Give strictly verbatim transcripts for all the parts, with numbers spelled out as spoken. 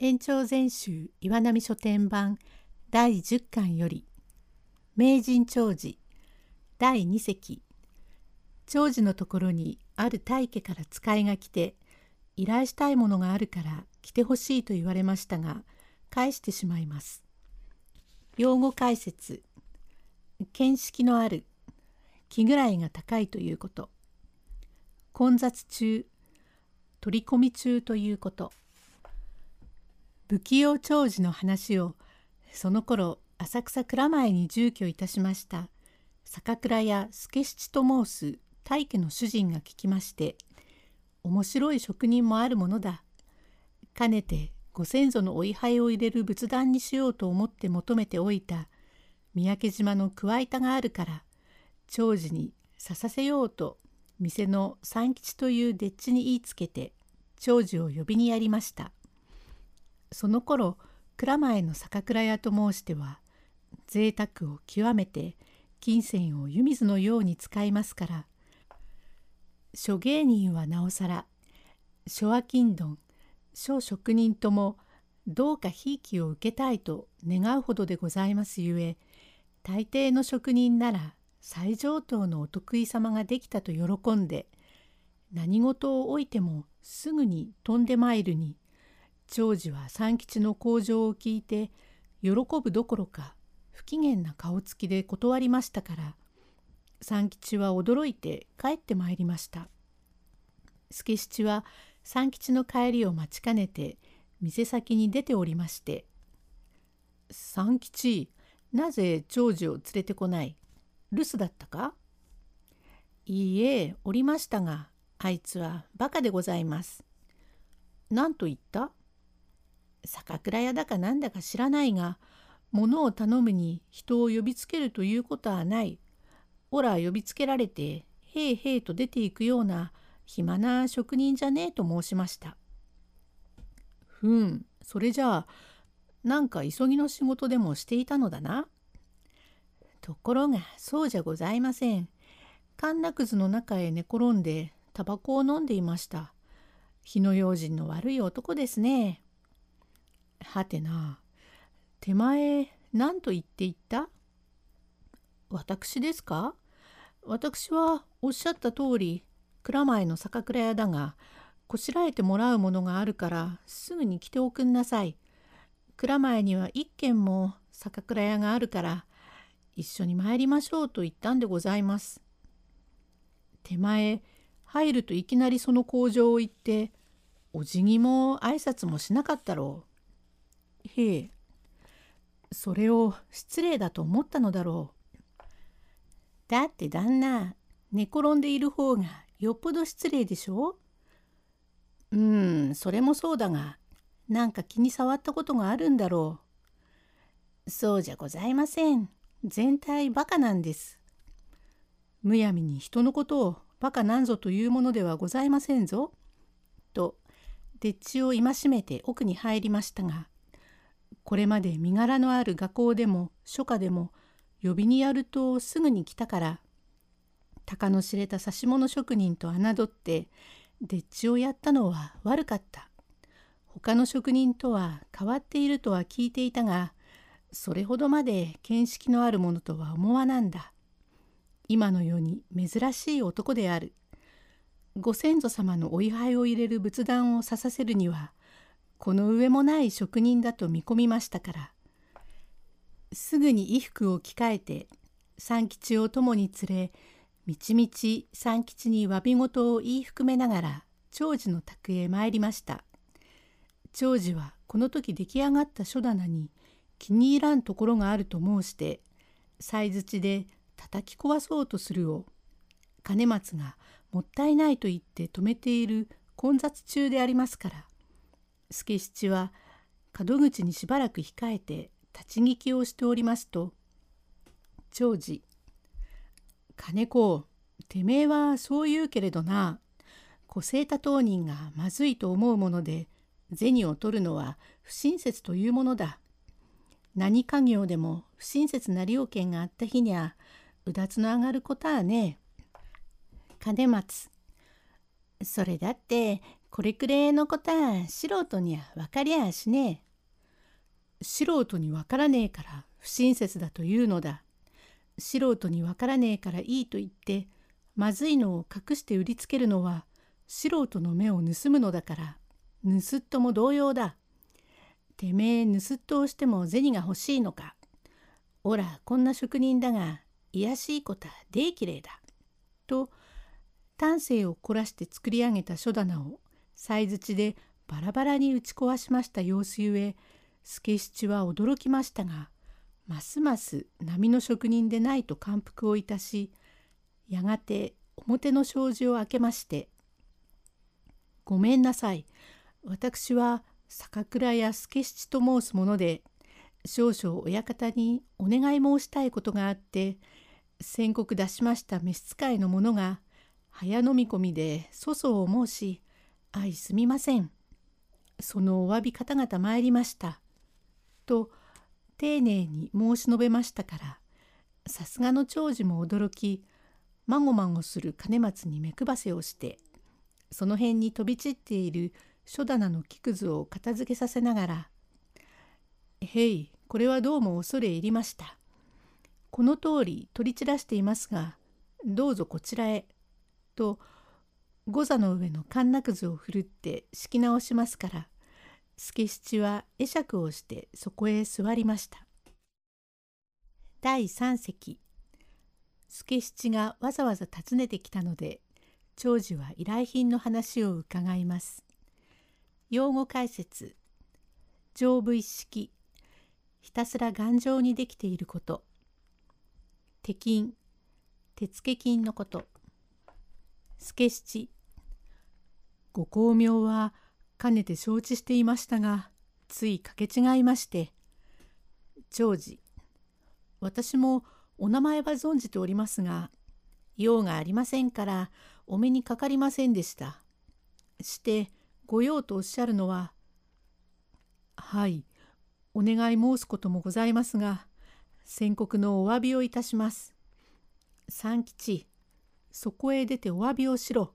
延長全集岩波書店版だいじゅっかんより名人長寿だいに席。長寿のところにある大家から使いが来て、依頼したいものがあるから来てほしいと言われましたが、返してしまいます。用語解説。見識のある、気ぐらいが高いということ。混雑中、取り込み中ということ。不器用長寿の話を、その頃浅草蔵前に住居いたしました酒蔵屋助七と申す大家の主人が聞きまして、面白い職人もあるものだ。かねてご先祖のお位牌を入れる仏壇にしようと思って求めておいた三宅島の桑板があるから、長寿にささせようと店の三吉という丁稚に言いつけて長寿を呼びにやりました。その頃蔵前の酒蔵屋と申しては贅沢を極めて金銭を湯水のように使いますから、諸芸人はなおさら諸商人諸職人ともどうかひいきを受けたいと願うほどでございますゆえ、大抵の職人なら最上等のお得意様ができたと喜んで、何事をおいてもすぐに飛んで参るに、長寿は三吉の口上を聞いて喜ぶどころか不機嫌な顔つきで断りましたから、三吉は驚いて帰ってまいりました。助七は三吉の帰りを待ちかねて店先に出ておりまして、三吉、なぜ長寿を連れてこない？留守だったか？いいえ、おりましたが、あいつはバカでございます。何と言った？酒蔵屋だかなんだか知らないが、物を頼むに人を呼びつけるということはない。おら呼びつけられて、へいへいと出ていくような暇な職人じゃねえと申しました。ふん、それじゃあ、なんか急ぎの仕事でもしていたのだな。ところがそうじゃございません。神田くずの中へ寝転んでタバコを飲んでいました。火の用心の悪い男ですね。はてな、手前何と言っていった？私ですか？私はおっしゃった通り蔵前の酒蔵屋だが、こしらえてもらうものがあるからすぐに来ておくんなさい。蔵前には一軒も酒蔵屋があるから一緒に参りましょうと言ったんでございます。手前入るといきなりその口上を言って、お辞儀も挨拶もしなかったろう。へえ、それを失礼だと思ったのだろう。だって旦那、寝転んでいる方がよっぽど失礼でしょう。うーん、それもそうだが、なんか気に障ったことがあるんだろう。そうじゃございません。全体バカなんです。むやみに人のことをバカなんぞというものではございませんぞ。と、丁稚を戒めて奥に入りましたが、これまで身柄のある画工でも書家でも呼びにやるとすぐに来たから、鷹の知れた指物職人と侮って丁稚をやったのは悪かった。他の職人とは変わっているとは聞いていたが、それほどまで見識のあるものとは思わなんだ。今の世に珍しい男である。ご先祖様のお位牌を入れる仏壇を刺させるには、この上もない職人だと見込みましたから、すぐに衣服を着替えて三吉を共に連れ、みちみち三吉に詫び事を言い含めながら長寿の宅へ参りました。長寿はこの時出来上がった書棚に気に入らんところがあると申して、さいづちで叩き壊そうとするを、兼松がもったいないと言って止めている混雑中でありますから、助七は門口にしばらく控えて立ち聞きをしておりますと、長寿、金子、てめえはそう言うけれどな、戸清太当人がまずいと思うもので銭を取るのは不親切というものだ。何家業でも不親切な了見があった日にゃ、うだつの上がることはねえ。金松、それだってこれくれえのことは素人には分かりゃあしねえ。素人に分からねえから不親切だというのだ。素人に分からねえからいいと言って、まずいのを隠して売りつけるのは素人の目を盗むのだから、盗っ人も同様だ。てめえ盗っ人をしても銭が欲しいのか。おらこんな職人だが、いやしいことはでいきれいだ。と、丹精を凝らして作り上げた書棚を細槌でバラバラに打ち壊しました様子ゆえ、助七は驚きましたが、ますます並の職人でないと感服をいたし、やがて表の障子を開けまして、ごめんなさい。私は坂倉屋助七と申すもので、少々親方にお願い申したいことがあって、先刻出しました召使いの者が早飲み込みで粗相を申し、相すみません。そのお詫び方々参りました。と丁寧に申し述べましたから、さすがの長次も驚き、まごまごする兼松に目配せをして、その辺に飛び散っている書棚の木くずを片付けさせながら、へい、これはどうも恐れ入りました。この通り取り散らしていますが、どうぞこちらへ。と、御座の上のかんなくずを振るって敷き直しますから、助七は会釈をしてそこへ座りました。だいさん席。助七がわざわざ訪ねてきたので、長次は依頼品の話を伺います。用語解説。丈夫一式。ひたすら頑丈にできていること。手金。手付金のこと。助七。ご巧妙はかねて承知していましたが、ついかけ違いまして。長次。私もお名前は存じておりますが、用がありませんからお目にかかりませんでした。してご用とおっしゃるのは、はい、お願い申すこともございますが、先刻のお詫びをいたします。三吉、そこへ出てお詫びをしろ。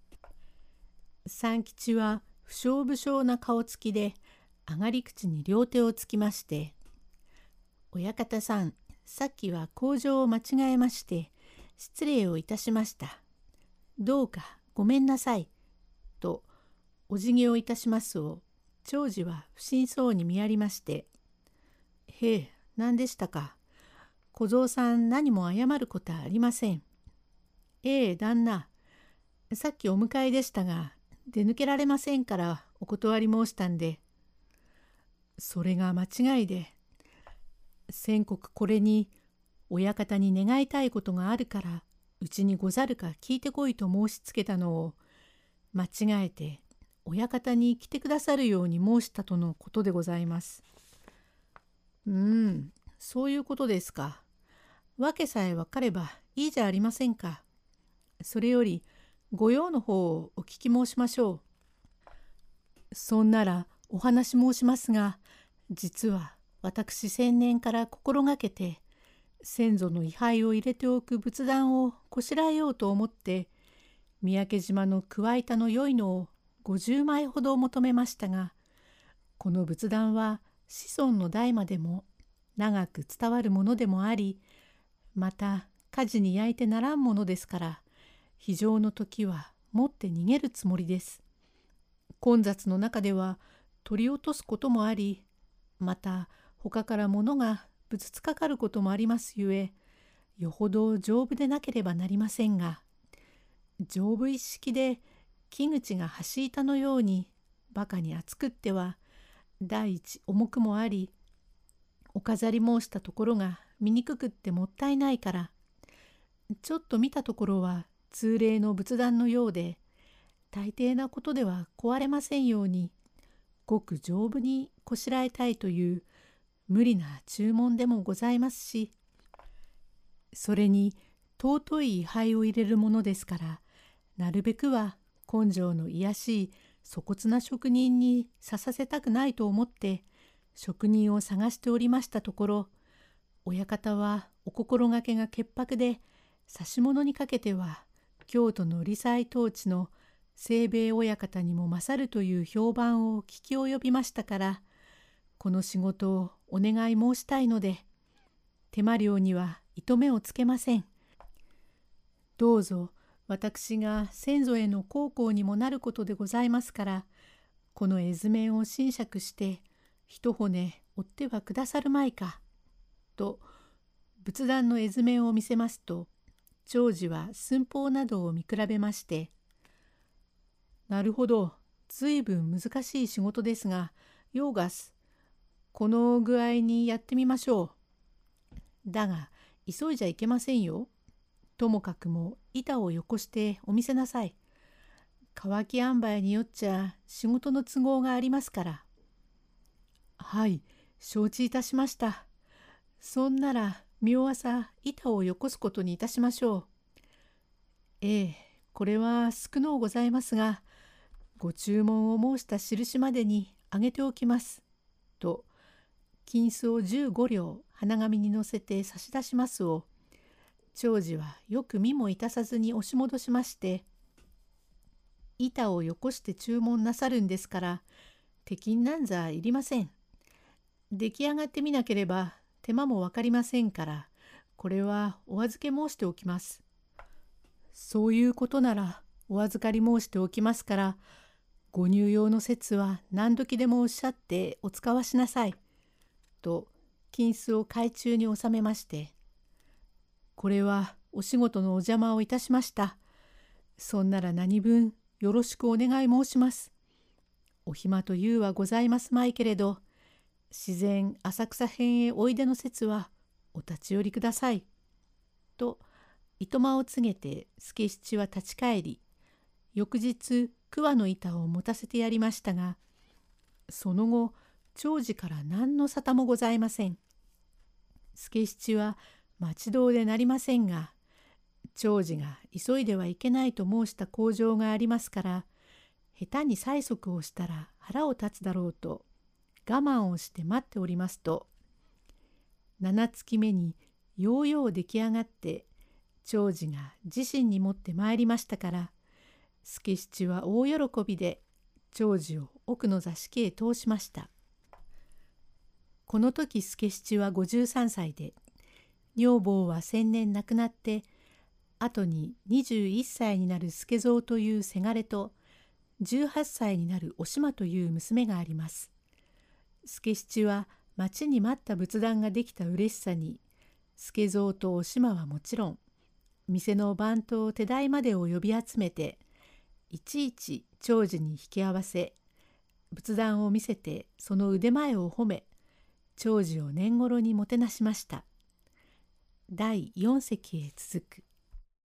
三吉は不詳不詳な顔つきで上がり口に両手をつきまして、親方さん、さっきは口上を間違えまして失礼をいたしました。どうかごめんなさい。とお辞儀をいたしますを、長次は不審そうに見やりまして、へえ、何でしたか。小僧さん何も謝ることはありません。ええ、旦那。さっきお迎えでしたが、出抜けられませんからお断り申したんで。それが間違いで、先刻これに親方に願いたいことがあるからうちにござるか聞いてこいと申しつけたのを間違えて親方に来てくださるように申したとのことでございます。うーん、そういうことですか。わけさえ分かればいいじゃありませんか。それよりご用の方をお聞き申しましょう。そんならお話申しますが、実は私先年から心がけて先祖の位牌を入れておく仏壇をこしらえようと思って、三宅島の桑板の良いのをごじゅうまいほど求めましたが、この仏壇は子孫の代までも長く伝わるものでもあり、また火事に焼いてならんものですから、非常の時は持って逃げるつもりです。混雑の中では取り落とすこともあり、また他から物がぶつつかかることもありますゆえ、よほど丈夫でなければなりませんが、丈夫一式で木口が橋板のようにバカに厚くっては第一重くもあり、お飾り申したところが見にくくってもったいないから、ちょっと見たところは通例の仏壇のようで、大抵なことでは壊れませんようにごく丈夫にこしらえたいという無理な注文でもございますし、それに尊い位牌を入れるものですから、なるべくは根性の卑しい粗骨な職人にささせたくないと思って職人を探しておりましたところ、親方はお心がけが潔白で、指物にかけては京都の理斎統治の清兵衛親方にも勝るという評判を聞き及びましたから、この仕事をお願い申したいので、手間料には糸目をつけません。どうぞ私が先祖への孝行にもなることでございますから、この絵図面を斟酌して一骨追ってはくださるまいか。と仏壇の絵図面を見せますと、長次は寸法などを見比べまして、なるほど、ずいぶん難しい仕事ですが、ヨーガス、この具合にやってみましょう。だが、急いじゃいけませんよ。ともかくも板をよこしてお見せなさい。乾き塩梅によっちゃ仕事の都合がありますから。はい、承知いたしました。そんなら、明朝板をよこすことにいたしましょう。ええ、これは少のうございますが、ご注文を申した印までにあげておきます。と、金子をじゅうご両花紙に乗せて差し出しますを、長次はよく見もいたさずに押し戻しまして、板をよこして注文なさるんですから、手金なんざいりません。出来上がってみなければ手間もわかりませんから、これはお預け申しておきます。そういうことならお預かり申しておきますから、ご入用の説は何時でもおっしゃってお使わしなさい。と金子を懐中に収めまして、これはお仕事のお邪魔をいたしました。そんなら何分よろしくお願い申します。お暇というはございますまいけれど、自然浅草編へおいでの説はお立ち寄りください。と糸間を告げて助七は立ち返り、翌日桑の板を持たせてやりましたが、その後長次から何の沙汰もございません。助七は待ち遠でなりませんが、長次が急いではいけないと申した口上がありますから、下手に催促をしたら腹を立つだろうと我慢をして待っておりますと、七月目にようよう出来上がって長次が自身に持ってまいりましたから、助七は大喜びで長次を奥の座敷へ通しました。この時助七はごじゅうさんさいで、女房は先年亡くなって、後ににじゅういっさいになる助蔵というせがれと、じゅうはっさいになるおしまという娘があります。助七は待ちに待った仏壇ができたうれしさに、助蔵とおしまはもちろん、店の番頭手代までを呼び集めて、いちいち長次に引き合わせ、仏壇を見せてその腕前を褒め、長次を年頃にもてなしました。だいよん席へ続く。